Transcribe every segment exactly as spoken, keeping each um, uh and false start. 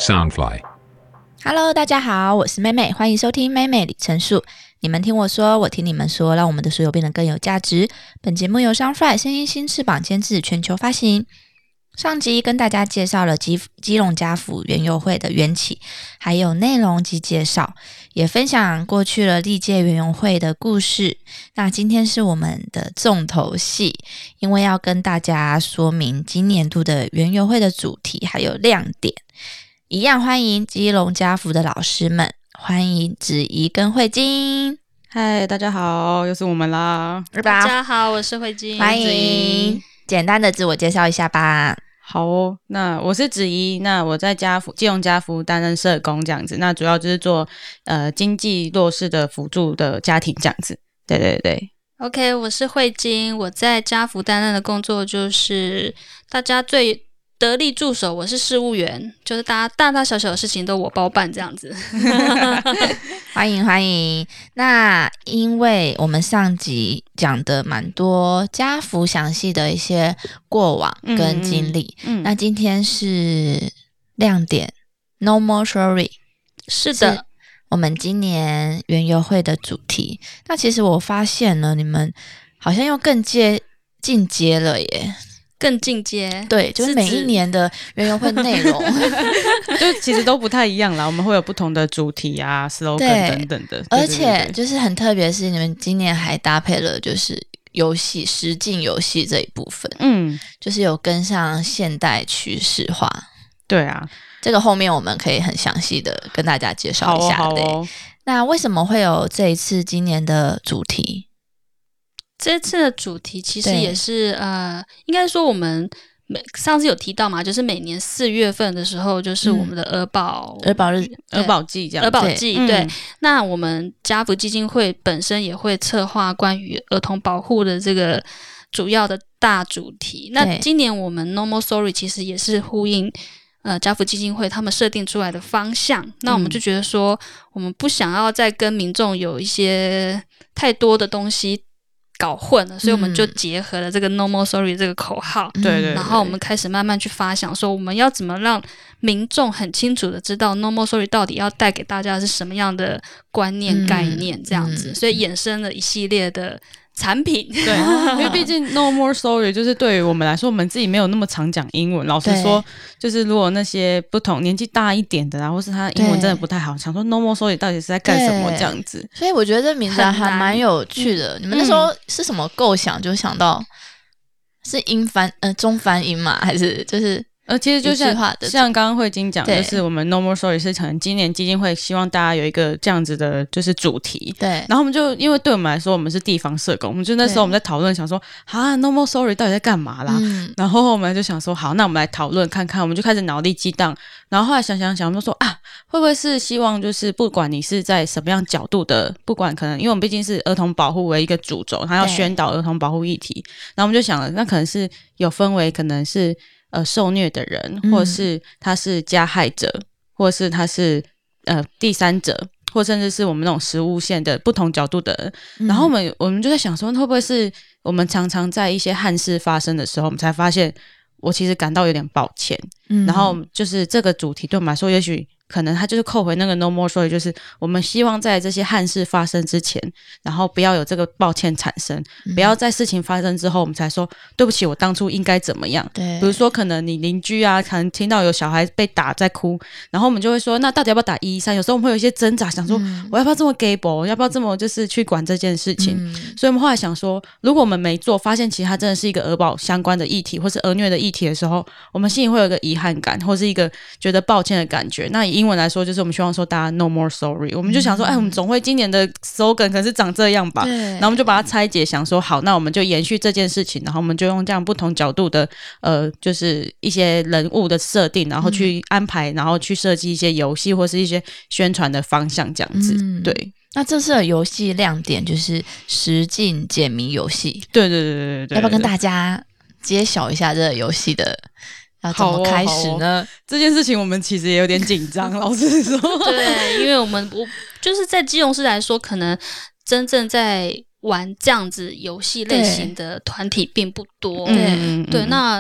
Soundfly。Hello， 大家好，我是妹妹，欢迎收听妹妹里程数。你们听我说，我听你们说，让我们的所有变得更有价值。本节目由 Soundfly 声音新翅膀监制，全球发行。上集跟大家介绍了基基隆家福园游会的缘起，还有内容及介绍，也分享过去了历届园游会的故事。那今天是我们的重头戏，因为要跟大家说明今年度的园游会的主题还有亮点。一样欢迎基隆家福的老师们，欢迎子怡跟慧晶。 嗨，大家好，又是我们啦。 大家好，我是慧晶， 欢迎。简单的自我介绍一下吧。 好哦，那我是子怡，那我在家福基隆家福担任社工这样子，那主要就是做呃经济弱势的辅助的家庭这样子。对对对。 OK， 我是慧晶，我在家福担任的工作就是大家最得力助手，我是事务员，就是大家大大小小的事情都我包办这样子。 欢迎欢迎。那因为我们上集讲的蛮多家福详细的一些过往跟经历，嗯嗯嗯，那今天是亮点 No More Sorry。 是的，是我们今年园游会的主题。那其实我发现了你们好像又更接进阶了耶， 更进阶。 对，就是每一年的园游会内容就其实都不太一样啦，我们会有不同的主题啊 slogan 等等的。 而且就是很特别是你们今年还搭配了就是游戏实境游戏这一部分，嗯，就是有跟上现代趋势化。 对啊， 这个后面我们可以很详细的跟大家介绍一下。 好哦，好哦。 那为什么会有这一次今年的主题？ 这次的主题其实也是呃，应该说我们每上次有提到嘛，就是每年四月份的时候，就是我们的儿保、 嗯、儿保日、 儿保季这样。 儿保季 对, 对、 嗯， 那我们家福基金会本身也会策划关于儿童保护的这个主要的大主题。那今年我们 No More Sorry 其实也是呼应呃家福基金会他们设定出来的方向。那我们就觉得说，我们不想要再跟民众有一些太多的东西搞混了，所以我们就结合了这个 No More Sorry 这个口号， 对 对, 对， 然后我们开始慢慢去发想说我们要怎么让民众很清楚的知道 No More Sorry 到底要带给大家是什么样的观念、嗯、概念这样子、嗯、所以衍生了一系列的产品。 对，因为毕竟 No More Sorry 就是对于我们来说，我们自己没有那么常讲英文，老实说就是如果那些不同年纪大一点的啊，或是他英文真的不太好，想说 No More Sorry 到底是在干什么这样子。 所以我觉得这名字还蛮有趣的。你们那时候是什么构想就想到是英翻呃中翻英嘛，还是就是呃，其实就像像刚刚慧晶讲，就是我们 No More Sorry 是可能今年基金会希望大家有一个这样子的就是主题， 对。 然后我们就因为对我们来说，我们是地方社工，我们就那时候我们在讨论，想说啊 No More Sorry 到底在干嘛啦、嗯？然后我们就想说，好，那我们来讨论看看，我们就开始脑力激荡，然后后来想想想，我们就说啊，会不会是希望就是不管你是在什么样角度的，不管可能，因为我们毕竟是儿童保护为一个主轴，它要宣导儿童保护议题，然后我们就想了，那可能是有分为可能是。呃，受虐的人，或者是他是加害者，嗯、或者是他是呃第三者，或甚至是我们那种实务线的不同角度的人。嗯、然后我们我们就在想说，会不会是我们常常在一些憾事发生的时候，我们才发现，我其实感到有点抱歉。嗯、然后就是这个主题对我们来说，也许。可能他就是扣回那个 No More Sorry， 就是我们希望在这些憾事发生之前，然后不要有这个抱歉产生、嗯、不要在事情发生之后我们才说对不起我当初应该怎么样。 对， 比如说可能你邻居啊可能听到有小孩被打在哭，然后我们就会说那到底要不要打一一三，有时候我们会有一些挣扎，想说、嗯、我要不要这么 gable， 要不要这么就是去管这件事情、嗯、所以我们后来想说如果我们没做，发现其实它真的是一个儿保相关的议题或是儿虐的议题的时候，我们心里会有一个遗憾感或是一个觉得抱歉的感觉。那以英文来说就是我们希望说大家 No More Sorry， 我们就想说、嗯、哎，我们总会今年的 slogan 可能是长这样吧，然后我们就把它拆解，想说好，那我们就延续这件事情，然后我们就用这样不同角度的呃，就是一些人物的设定，然后去安排、嗯、然后去设计一些游戏或是一些宣传的方向这样子、嗯、对。 那这次的游戏亮点就是实境解谜游戏， 对对对对 对, 对， 要不要跟大家揭晓一下这个游戏的要怎么开始呢、哦哦、 这件事情我们其实也有点紧张老实说对，因为我们我就是在基隆市来说，可能真正在玩这样子游戏类型的团体并不多。 对、嗯、 对，那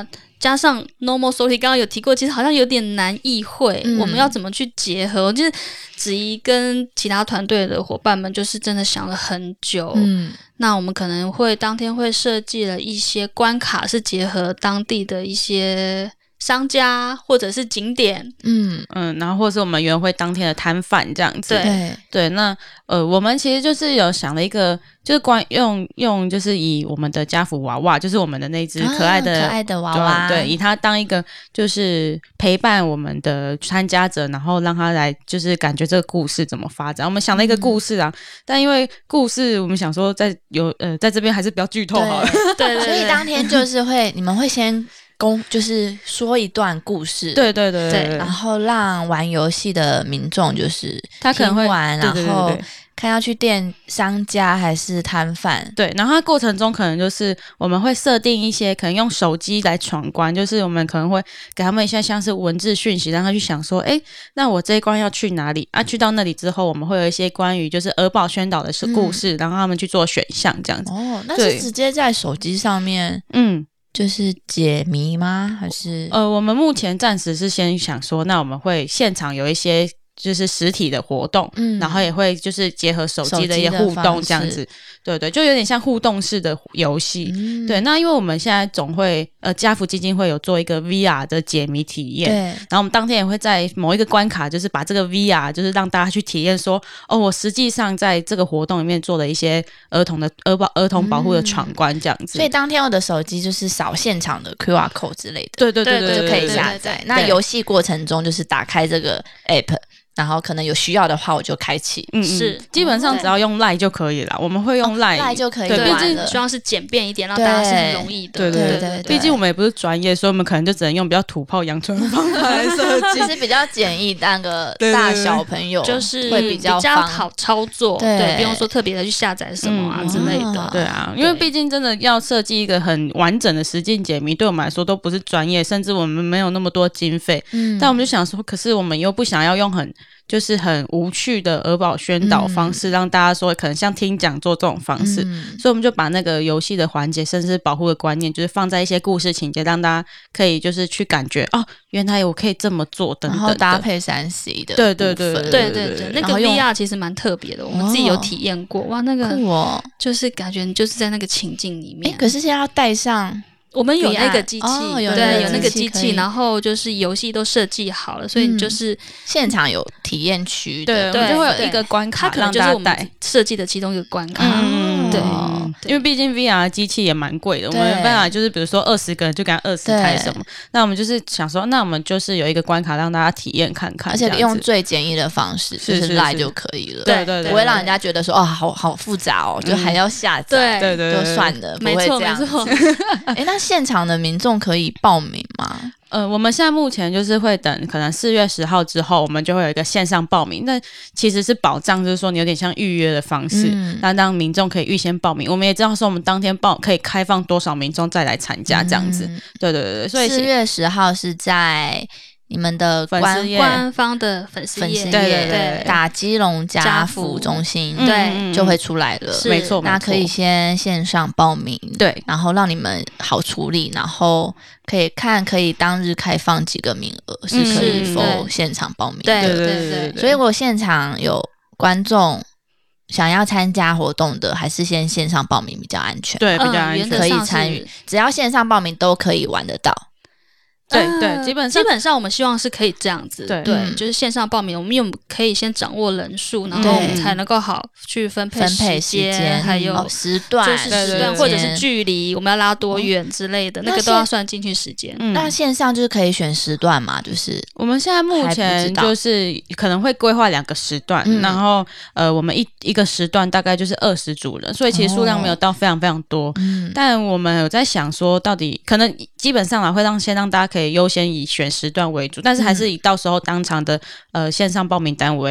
加上 normal story 刚刚有提过，其实好像有点难意会、嗯、我们要怎么去结合，就是子怡跟其他团队的伙伴们就是真的想了很久，嗯，那我们可能会当天会设计了一些关卡，是结合当地的一些商家或者是景点， 嗯嗯，然后或者是我们园会当天的摊贩这样子， 对对，那呃，我们其实就是有想了一个，就是关用用就是以我们的家福娃娃，就是我们的那只可爱的、 啊、可爱的娃娃， 对，以它当一个就是陪伴我们的参加者，然后让他来就是感觉这个故事怎么发展。我们想了一个故事啊，嗯、但因为故事我们想说在有呃在这边还是不要剧透好了， 对对对， 所以当天就是会你们会先。公就是说一段故事， 对对对 对, 对，然后让玩游戏的民众就是他可能会玩， 对对对对然后看要去店商家还是摊贩， 对，然后它过程中可能就是我们会设定一些可能用手机来闯关，就是我们可能会给他们一些像是文字讯息，让他去想说，哎，那我这一关要去哪里啊？去到那里之后，我们会有一些关于就是儿保宣导的故事，嗯、然后他们去做选项这样子。 哦，那是直接在手机上面， 嗯。 就是解谜吗？还是呃，我们目前暂时是先想说，那我们会现场有一些就是实体的活动，嗯，然后也会就是结合手机的一些互动这样子，对对，就有点像互动式的游戏，嗯、对。那因为我们现在总会呃家福基金会有做一个 V R 的解谜体验，对，然后我们当天也会在某一个关卡，就是把这个 V R 就是让大家去体验说，哦，我实际上在这个活动里面做了一些儿童的儿保儿童保护的闯关这样子， 嗯、所以当天我的手机就是扫现场的 Q R code 之类的， 对对对 对, 对, 对, 对， 就可以下载。那游戏过程中就是打开这个 app。然后可能有需要的话，我就开启。 嗯，是，基本上只要用 Line 就可以了。我们会用 Line，Line、 哦、就可以。 对， 毕竟希望是简便一点，让大家是很容易的。 对对 对, 对, 对，毕竟我们也不是专业，所以我们可能就只能用比较土炮阳春的方法来设计， 其实比较简易，那个大小朋友就是会比较比较好操作， 对， 对，不用说特别的去下载什么啊、嗯、之类的。 哦、对啊，因为毕竟真的要设计一个很完整的实境解谜，对我们来说都不是专业，甚至我们没有那么多经费。嗯，但我们就想说，可是我们又不想要用很。就是很无趣的儿保宣导方式、嗯、让大家说可能像听讲座这种方式、嗯、所以我们就把那个游戏的环节甚至保护的观念就是放在一些故事情节，让大家可以就是去感觉哦，原来我可以这么做等等的， 然后搭配 三 C 的对对对对对对对，那个 V R 其实蛮特别的，我们自己有体验过、哦、哇，那个酷哦， 就是感觉你就是在那个情境里面。 可是现在要带上我们有那个机器、 哦、有对，有那个机器，然后就是游戏都设计好了，所以你就是、嗯、 现场有体验区的，对，我们就会有一个关卡， 它可能就是我们设计的其中一个关卡，嗯，对， 因为毕竟 V R 机器也蛮贵的，我们没办法就是比如说二十个人就给他二十台什么，那我们就是想说，那我们就是有一个关卡让大家体验看看， 而且用最简易的方式， 是就是来就可以了， 对对对， 不会让人家觉得说哦，好好复杂哦，就还要下载， 对对对， 就算了，不会这样子。哎，那现场的民众可以报名吗？ 呃，我们现在目前就是会等，可能四月十号之后，我们就会有一个线上报名。那其实是保障，就是说你有点像预约的方式，嗯、那让民众可以预先报名。我们也知道说，我们当天报可以开放多少民众再来参加这样子。嗯、对对对对，所以四月十号是在你们的官官方的粉丝页， 对对对， 打基隆家福中心， 对， 就会出来了。 没错， 那可以先线上报名， 对， 然后让你们好处理，然后可以看可以当日开放几个名额，是可以否现场报名的。 对对对对， 所以如果现场有观众想要参加活动的，还是先线上报名比较安全， 对，比较安全， 可以参与，只要线上报名都可以玩得到。 对对，基本上基本上我们希望是可以这样子， 对， 对嗯、就是线上报名，我们又可以先掌握人数，然后我们才能够好去分配分配时间， 还有、 哦、时段， 就是时段或者是距离，我们要拉多远之类的，嗯、那个都要算进去时间。 嗯、那线上就是可以选时段嘛？就是我们现在目前就是可能会规划两个时段，嗯、然后呃，我们一一个时段大概就是二十组人，所以其实数量没有到非常非常多。哦、但我们有在想说，到底可能基本上来会让先让大家可以优先以选时段为主，但是还是以到时候当场的呃线上报名单为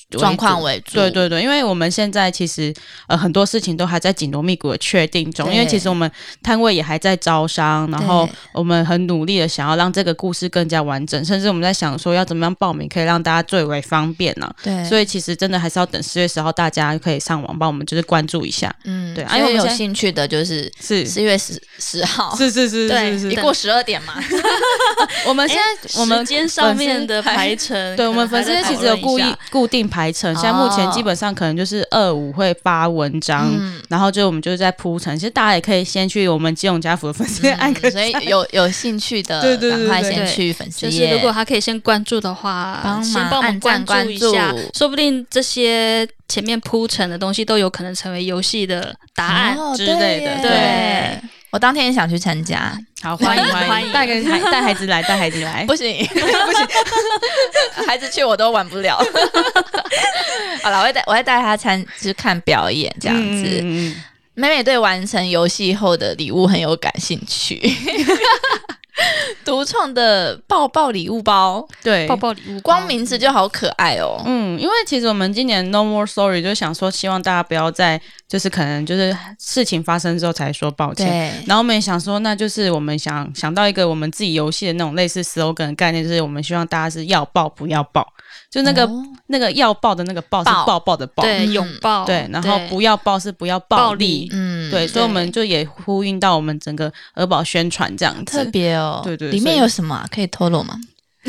状况为主。 对对对，因为我们现在其实呃很多事情都还在紧锣密鼓的确定中，因为其实我们摊位也还在招商，然后我们很努力的想要让这个故事更加完整，甚至我们在想说要怎么样报名可以让大家最为方便呢、啊？ 对， 所以其实真的还是要等四月十号，大家可以上网帮我们就是关注一下。 嗯， 对， 因为有兴趣的就是是四月十十号， 是是是是是， 一过十二点嘛。 我们现在、欸、我们时间上面的排程， 对我们粉丝其实有故意固定排程，现在目前基本上可能就是二五会发文章，嗯、然后就我们就是在铺陈。其实大家也可以先去我们基隆家福的粉丝页按个赞、 嗯，所以有有兴趣的， 对对对， 赶快先去粉丝页。 就是如果他可以先关注的话， 帮先帮我们关注一下，说不定这些前面铺陈的东西都有可能成为游戏的答案之类的。 哦、 对。 对，我当天也想去参加， 好，欢迎欢迎，带个孩带孩子来，带孩子来， 不行不行，孩子去我都玩不了。好了，我会带我会带他参，就是看表演这样子。嗯嗯，妹妹对完成游戏后的礼物很有感兴趣。独创的抱抱礼物包， 对， 抱抱礼物包， 光名字就好可爱哦。 嗯，因为其实我们今年 No More Sorry 就想说，希望大家不要再就是可能就是事情发生之后才说抱歉。 对。 然后我们也想说，那就是我们想想到一个我们自己游戏的那种类似 slogan 的概念，就是我们希望大家是要抱不要抱，就那个、哦、那个要抱的那个抱是抱抱的抱， 对，拥抱， 对，然后不要抱是不要暴力， 嗯， 对，所以我们就也呼应到我们整个儿保宣传这样子， 特别哦。 对对， 里面有什么、啊、可以透露吗？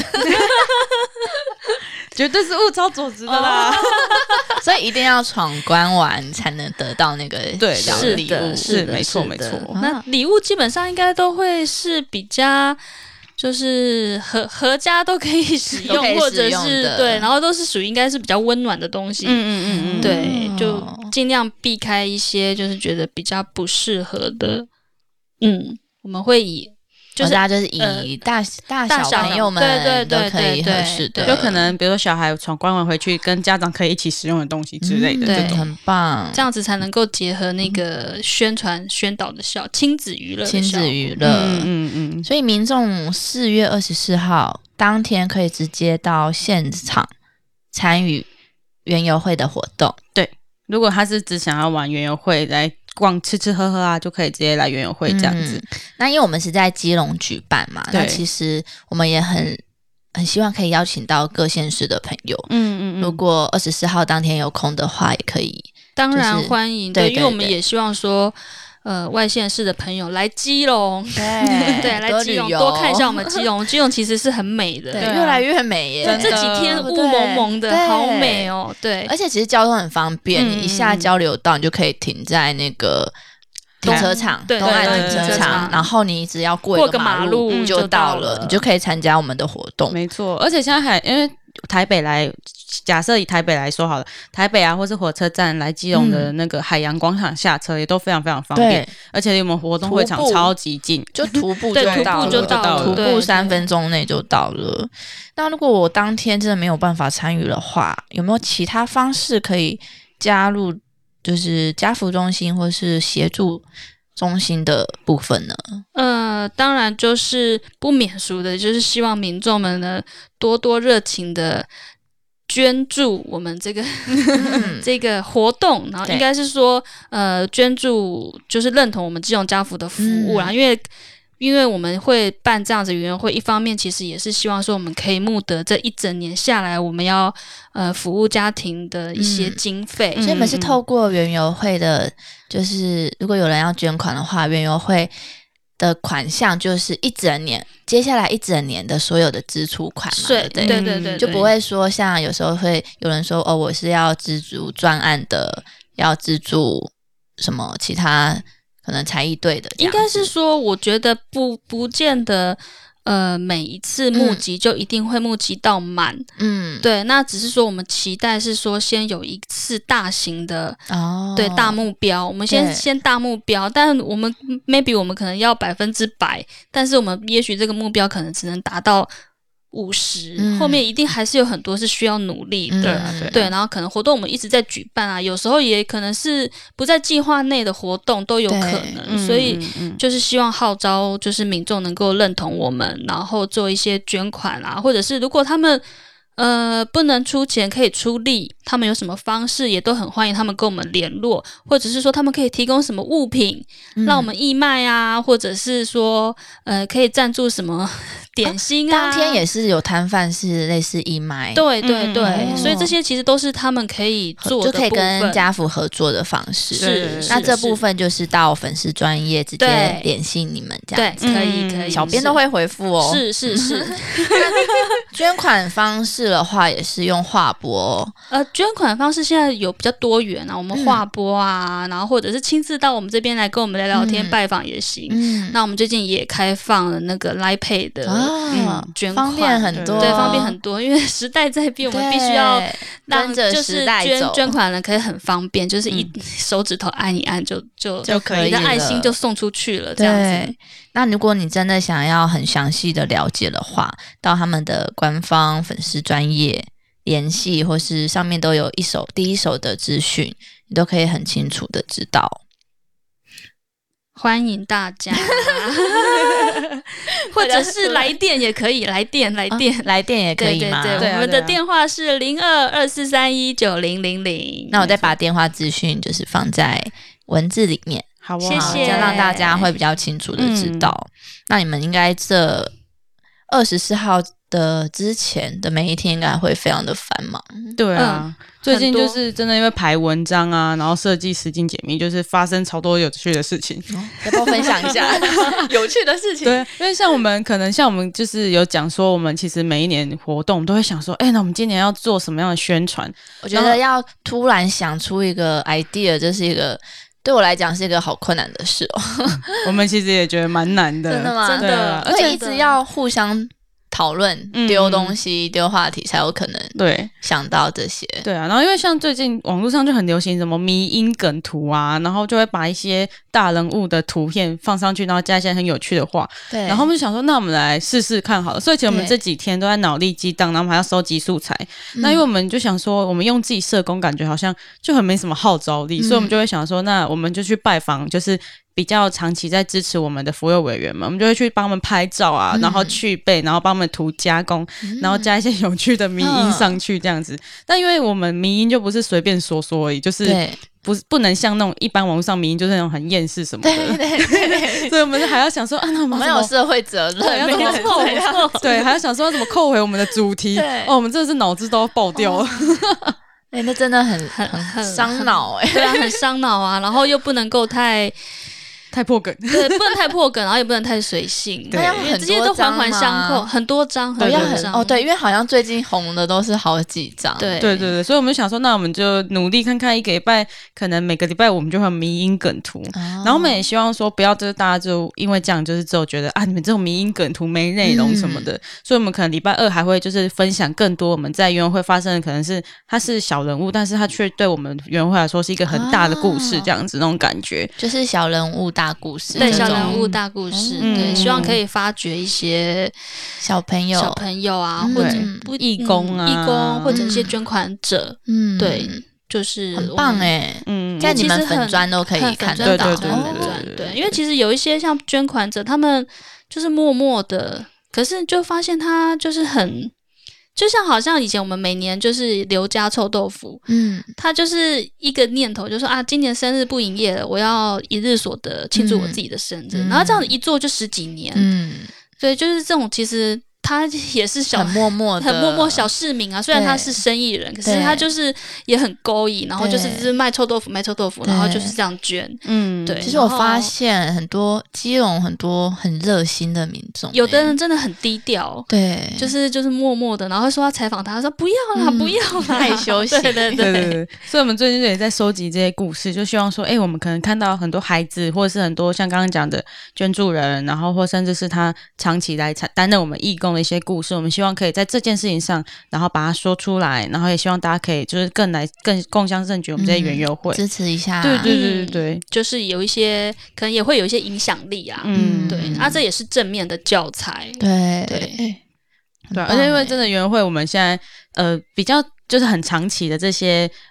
绝对是物超所值的啦、哦， 所以一定要闯关完才能得到那个小礼物， 是没错没错。 那礼物基本上应该都会是比较。就是合合家都可以使用， 使用或者是对，然后都是属于应该是比较温暖的东西。嗯嗯嗯嗯，对，就尽量避开一些就是觉得比较不适合的。嗯，我们会以就是大家就是以大、呃、大小朋友们对对对都可以合适的， 有可能比如说小孩闯关完回去跟家长可以一起使用的东西之类的， 嗯、对，很棒， 这样子才能够结合那个宣传宣导的效，亲子娱乐， 亲子娱乐， 嗯嗯嗯。 所以民众四月二十四号当天可以直接到现场参与园游会的活动。 对，如果他是只想要玩园游会来。逛吃吃喝喝啊，就可以直接来园游会这样子、嗯。 那因为我们是在基隆举办嘛，那其实我们也很很希望可以邀请到各县市的朋友。嗯嗯嗯。如果二十四号当天有空的话，也可以。 当然欢迎， 对， 对，因为我们也希望说，呃，外县市的朋友来基隆， 对对，来基隆多看一下我们基隆。基隆其实是很美的， 对，越来越美耶。 对，这几天雾蒙蒙的，好美哦。对， 而且其实交通很方便，嗯、你一下交流道，你就可以停在那个停车场， 对， 东岸停车场，然后你只要过一个马路嗯、 就到了，你就可以参加我们的活动。 没错，而且现在还因为台北来。假设以台北来说好了，台北啊，或是火车站来基隆的那个海洋广场下车也都非常非常方便，嗯、而且离我们活动会场超级近， 就徒步就到了， 徒步就到了， 徒步三分钟内就到了。那如果我当天真的没有办法参与的话，有没有其他方式可以加入，就是家福中心或是协助中心的部分呢？ 呃，当然就是不免俗的，就是希望民众们呢多多热情的。捐助我们这个这个活动，然后应该是说，呃，捐助就是认同我们基隆家福的服务啦，嗯、因为因为我们会办这样子园游会，一方面其实也是希望说我们可以募得这一整年下来我们要呃服务家庭的一些经费， 嗯、所以我们是透过园游会的，就是如果有人要捐款的话，园游会的款项就是一整年，接下来一整年的所有的支出款嘛， 对对对 对, 对， 就不会说像有时候会有人说哦，我是要资助专案的，要资助什么其他可能才艺队的， 应该是说，我觉得不不见得。呃，每一次募集就一定会募集到满，嗯，对，那只是说我们期待是说先有一次大型的，哦，对，大目标，我们先先大目标，但我们 maybe 我们可能要百分之百，但是我们也许这个目标可能只能达到五十、嗯，后面一定还是有很多是需要努力的，嗯、对, 对，然后可能活动我们一直在举办啊，有时候也可能是不在计划内的活动都有可能，所以就是希望号召就是民众能够认同我们，然后做一些捐款啊，或者是如果他们呃，不能出钱可以出力，他们有什么方式也都很欢迎他们跟我们联络，或者是说他们可以提供什么物品、嗯、让我们义卖啊，或者是说呃可以赞助什么点心啊、 哦、当天也是有摊贩是类似义卖， 对对对、嗯、所以这哦些其实都是他们可以做的部分， 就可以跟家福合作的方式。 是， 那这部分就是到粉丝专页直接联系你们这样子， 对，可以可以， 小编都会回复哦。 是是是。 捐款方式的话也是用划拨、哦， 呃，捐款方式现在有比较多元啊，我们划拨啊、嗯，然后或者是亲自到我们这边来跟我们聊聊天、嗯、拜访也行。嗯，那我们最近也开放了那个 Line Pay 的、哦嗯、捐款， 方便很多， 对，方便很多，因为时代在变，我们必须要让就是捐捐款人可以很方便，就是一、嗯、手指头按一按就就就可以了， 你的爱心就送出去了，这样子。 那如果你真的想要很详细的了解的话，到他们的官方粉丝专页联系，或是上面都有一手第一手的资讯，你都可以很清楚的知道。 欢迎大家，或者是来电也可以，来电来电、哦、 来电也可以吗？ 对对对，我们的电话是零二二四三一九零零零。 那我再把电话资讯就是放在文字里面。 好哦， 谢谢， 这样让大家会比较清楚的知道。嗯、那你们应该这二十四号的之前的每一天应该会非常的繁忙。 对啊、嗯，最近就是真的因为排文章啊，然后设计实境解密，就是发生超多有趣的事情。 哦、要不要分享一下有趣的事情？ 对，因为像我们可能像我们就是有讲说，我们其实每一年活动都会想说，哎、欸，那我们今年要做什么样的宣传？ 我觉得要突然想出一个 idea， 这是一个。对我来讲是一个好困难的事哦。 我们其实也觉得蛮难的。 真的吗？ 真的， 而且一直要互相讨论、丢东西、丢、嗯、话题，才有可能对想到这些。 对啊，然后因为像最近网络上就很流行什么迷因梗图啊，然后就会把一些大人物的图片放上去，然后加一些很有趣的话。 对。 然后我们就想说，那我们来试试看好了。所以其实我们这几天都在脑力激荡，然后我们还要收集素材。那因为我们就想说，我们用自己社工，感觉好像就很没什么号召力，嗯、所以我们就会想说，那我们就去拜访，就是比较长期在支持我们的扶幼委员们，我们就会去帮他们拍照啊，嗯、然后去背，然后帮他们图加工，嗯、然后加一些有趣的迷因上去这样子。嗯、但因为我们迷因就不是随便说说而已，就是不不能像那种一般网络上迷因就是那种很厌世什么的， 对对 对, 对， 所以我们还要想说啊，那我们没有社会责任， 对，要怎么扣回？对，还要想说要怎么扣回我们的主题？哦，我们真的是脑子都要爆掉了。哦哎、欸，那真的很很很伤脑哎， 对啊，很伤脑啊，然后又不能够太太破梗， 对，不能太破梗，然后也不能太随性，对，因为这些都环环相扣，很多张，很多张哦，对，因为好像最近红的都是好几张， 对对对对，所以我们就想说，那我们就努力看看，一个礼拜可能每个礼拜我们就会有迷因梗图，哦、然后我们也希望说，不要就是大家就因为这样就是只有觉得啊，你们这种迷因梗图没内容什么的，嗯、所以我们可能礼拜二还会就是分享更多我们在园游会发生的，可能是他是小人物，但是他却对我们园游会来说是一个很大的故事，这样子、哦、那种感觉， 就是小人物大故事， 对。小人物大故事，嗯、对，希望可以发掘一些小朋友、 小朋友啊，嗯、或者不义工啊、 义、嗯、工或者一些捐款者，嗯，对，就是很棒哎，嗯，在你们粉专都可以看得到， 对对对对，因为其实有一些像捐款者，他们就是默默的，可是就发现他就是很。就像好像以前我们每年就是刘家臭豆腐，嗯，他就是一个念头，就说啊，今年生日不营业了，我要一日所得庆祝我自己的生日，嗯、然后这样子一做就十几年，嗯，所以就是这种其实。他也是小很默默的很默默小市民啊，虽然他是生意人，可是他就是也很勾引，然后就是就是卖臭豆腐卖臭豆腐，然后就是这样捐。嗯，对。 其实我发现很多基隆很多很热心的民众， 有的人真的很低调， 对， 就是就是默默的，然后说要采访他，他说不要啦、嗯、不要啦， 害羞型， 对对 对, 对对对。所以我们最近也在收集这些故事，就希望说，哎、欸，我们可能看到很多孩子，或者是很多像刚刚讲的捐助人，然后或甚至是他长期来担任我们义工的一些故事，我们希望可以在这件事情上，然后把它说出来，然后也希望大家可以就是更来更共襄盛举我们这些园游会、 嗯、支持一下， 对对对对对、嗯， 就是有一些可能也会有一些影响力啊，嗯，对，啊，这也是正面的教材， 对对对，而且因为真的园游会我们现在呃比较就是很长期的这些呃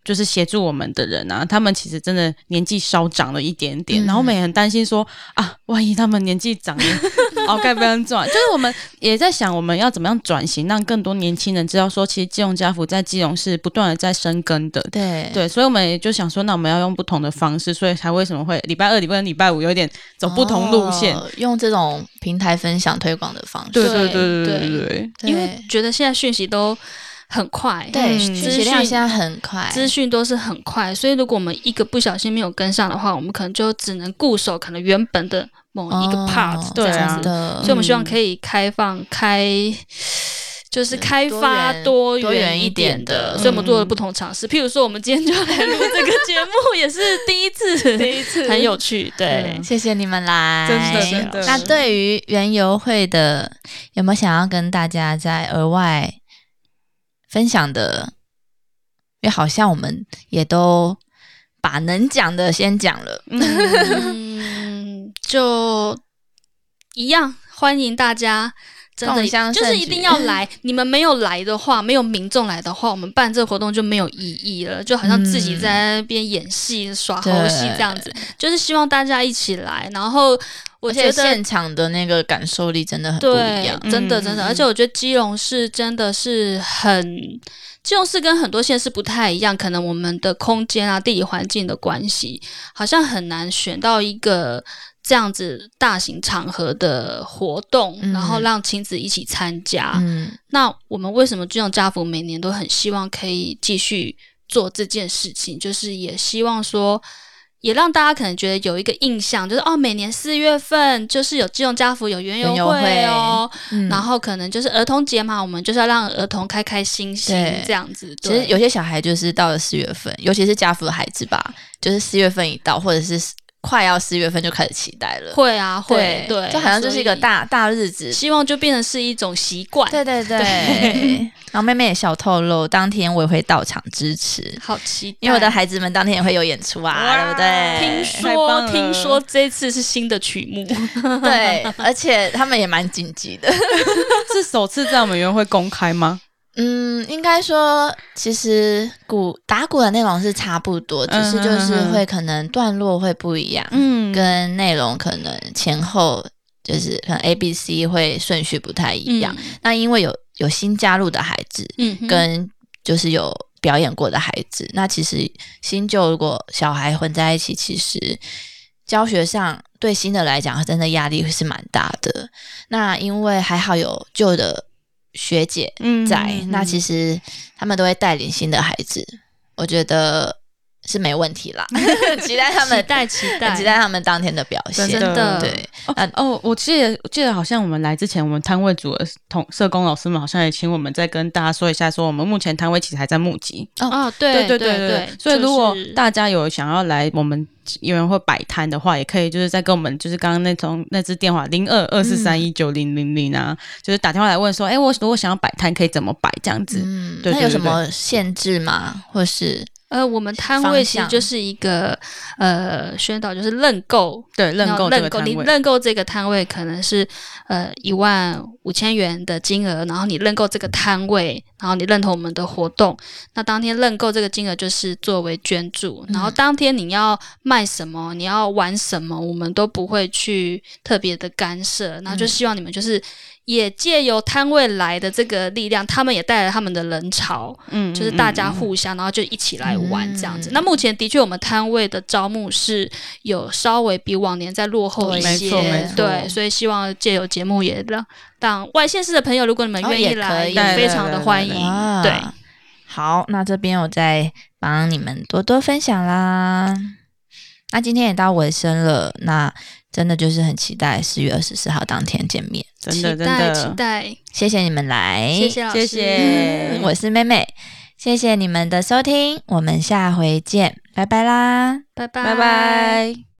就是协助我们的人啊，他们其实真的年纪稍长了一点点，嗯、然后我们也很担心说啊，万一他们年纪长了，哦，该不要转，就是我们也在想我们要怎么样转型，让更多年轻人知道说，其实基隆家福在基隆是不断的在生根的， 对对，所以我们也就想说，那我们要用不同的方式，所以才为什么会礼拜二、礼拜礼拜五有点走不同路线， 哦、用这种平台分享推广的方式， 对对对对对 对, 对，因为觉得现在讯息都很快， 对，讯息量现在很快， 资讯都是很快，所以如果我们一个不小心没有跟上的话，我们可能就只能固守可能原本的某一个 part、哦、这样子、 啊、 所以我们希望可以开放开就是开发多元一点的，所以我们做了不同尝试、嗯、譬如说我们今天就来录这个节目也是第一次第一次很有趣，对、 嗯、谢谢你们来， 真的真的。 那对于园游会的有没有想要跟大家再额外分享的？因为好像我们也都把能讲的先讲了， 嗯，就一样欢迎大家，真的就是一定要来。你们没有来的话，没有民众来的话，我们办这个活动就没有意义了，就好像自己在那边演戏、嗯、耍猴戏这样子。就是希望大家一起来，然后我觉得现场的那个感受力真的很不一样， 真的真的、嗯。而且我觉得基隆市真的是很。基隆市跟很多县市不太一样，可能我们的空间啊、地理环境的关系，好像很难选到一个这样子大型场合的活动，嗯、然后让亲子一起参加。嗯、那我们为什么基隆家福每年都很希望可以继续做这件事情？就是也希望说。也让大家可能觉得有一个印象，就是哦，每年四月份就是有基隆家福有园游会哦，嗯、然后可能就是儿童节嘛，我们就是要让儿童开开心心这样子。 其实有些小孩就是到了四月份，尤其是家福的孩子吧，就是四月份一到，或者是快要四月份就开始期待了。 会啊，会，对， 就好像就是一个大大日子， 希望就变成是一种习惯。 对对 对, 对。然后妹妹也小透露，当天我也会到场支持， 好期待， 因为我的孩子们当天也会有演出啊，对不对？ 听说听说这次是新的曲目， 对，而且他们也蛮紧急的， 是首次在我们园会公开吗？ 嗯，应该说，其实鼓打鼓的内容是差不多，只是就是会可能段落会不一样，嗯，跟内容可能前后就是可能 A B C 会顺序不太一样。嗯、那因为有有新加入的孩子，嗯，跟就是有表演过的孩子，那其实新旧如果小孩混在一起，其实教学上对新的来讲，真的压力是蛮大的。那因为还好有旧的学姐在、嗯、那其实他们都会带领新的孩子，我觉得是没问题啦期待他们期待期待期待他们当天的表现， 真的对。 哦、啊、哦，我记得记得好像我们来之前，我们摊位组的同社工老师们好像也请我们再跟大家说一下，说我们目前摊位其实还在募集。 哦哦，对对对 对, 对， 所以如果大家有想要来我们有人会摆摊的话，也可以就是再跟我们就是刚刚那通那支电话零二二四三一九零零零啊、嗯，就是打电话来问说，哎，我如果想要摆摊可以怎么摆这样子？嗯，对对对对， 那有什么限制吗？或是？ 呃，我们摊位其实就是一个呃宣导，就是认购， 对，认购这个摊位， 你认购这个摊位可能是呃一万五千元的金额，然后你认购这个摊位，然后你认同我们的活动，那当天认购这个金额就是作为捐助，然后当天你要卖什么，你要玩什么，我们都不会去特别的干涉，然后就希望你们就是也借由摊位来的这个力量，他们也带来他们的人潮，嗯，就是大家互相，然后就一起来玩这样子。嗯、那目前的确我们摊位的招募是有稍微比往年再落后一些，对，所以希望借由节目也让让外县市的朋友，如果你们愿意来，哦、也, 也非常的欢迎。对，对， 好，那这边我再帮你们多多分享啦。那今天也到尾声了，那真的就是很期待四月二十四号当天见面， 真的真的期待， 谢谢你们来， 谢谢老师， 谢谢、 嗯，我是妹妹，谢谢你们的收听，我们下回见，拜拜啦， 拜拜拜拜。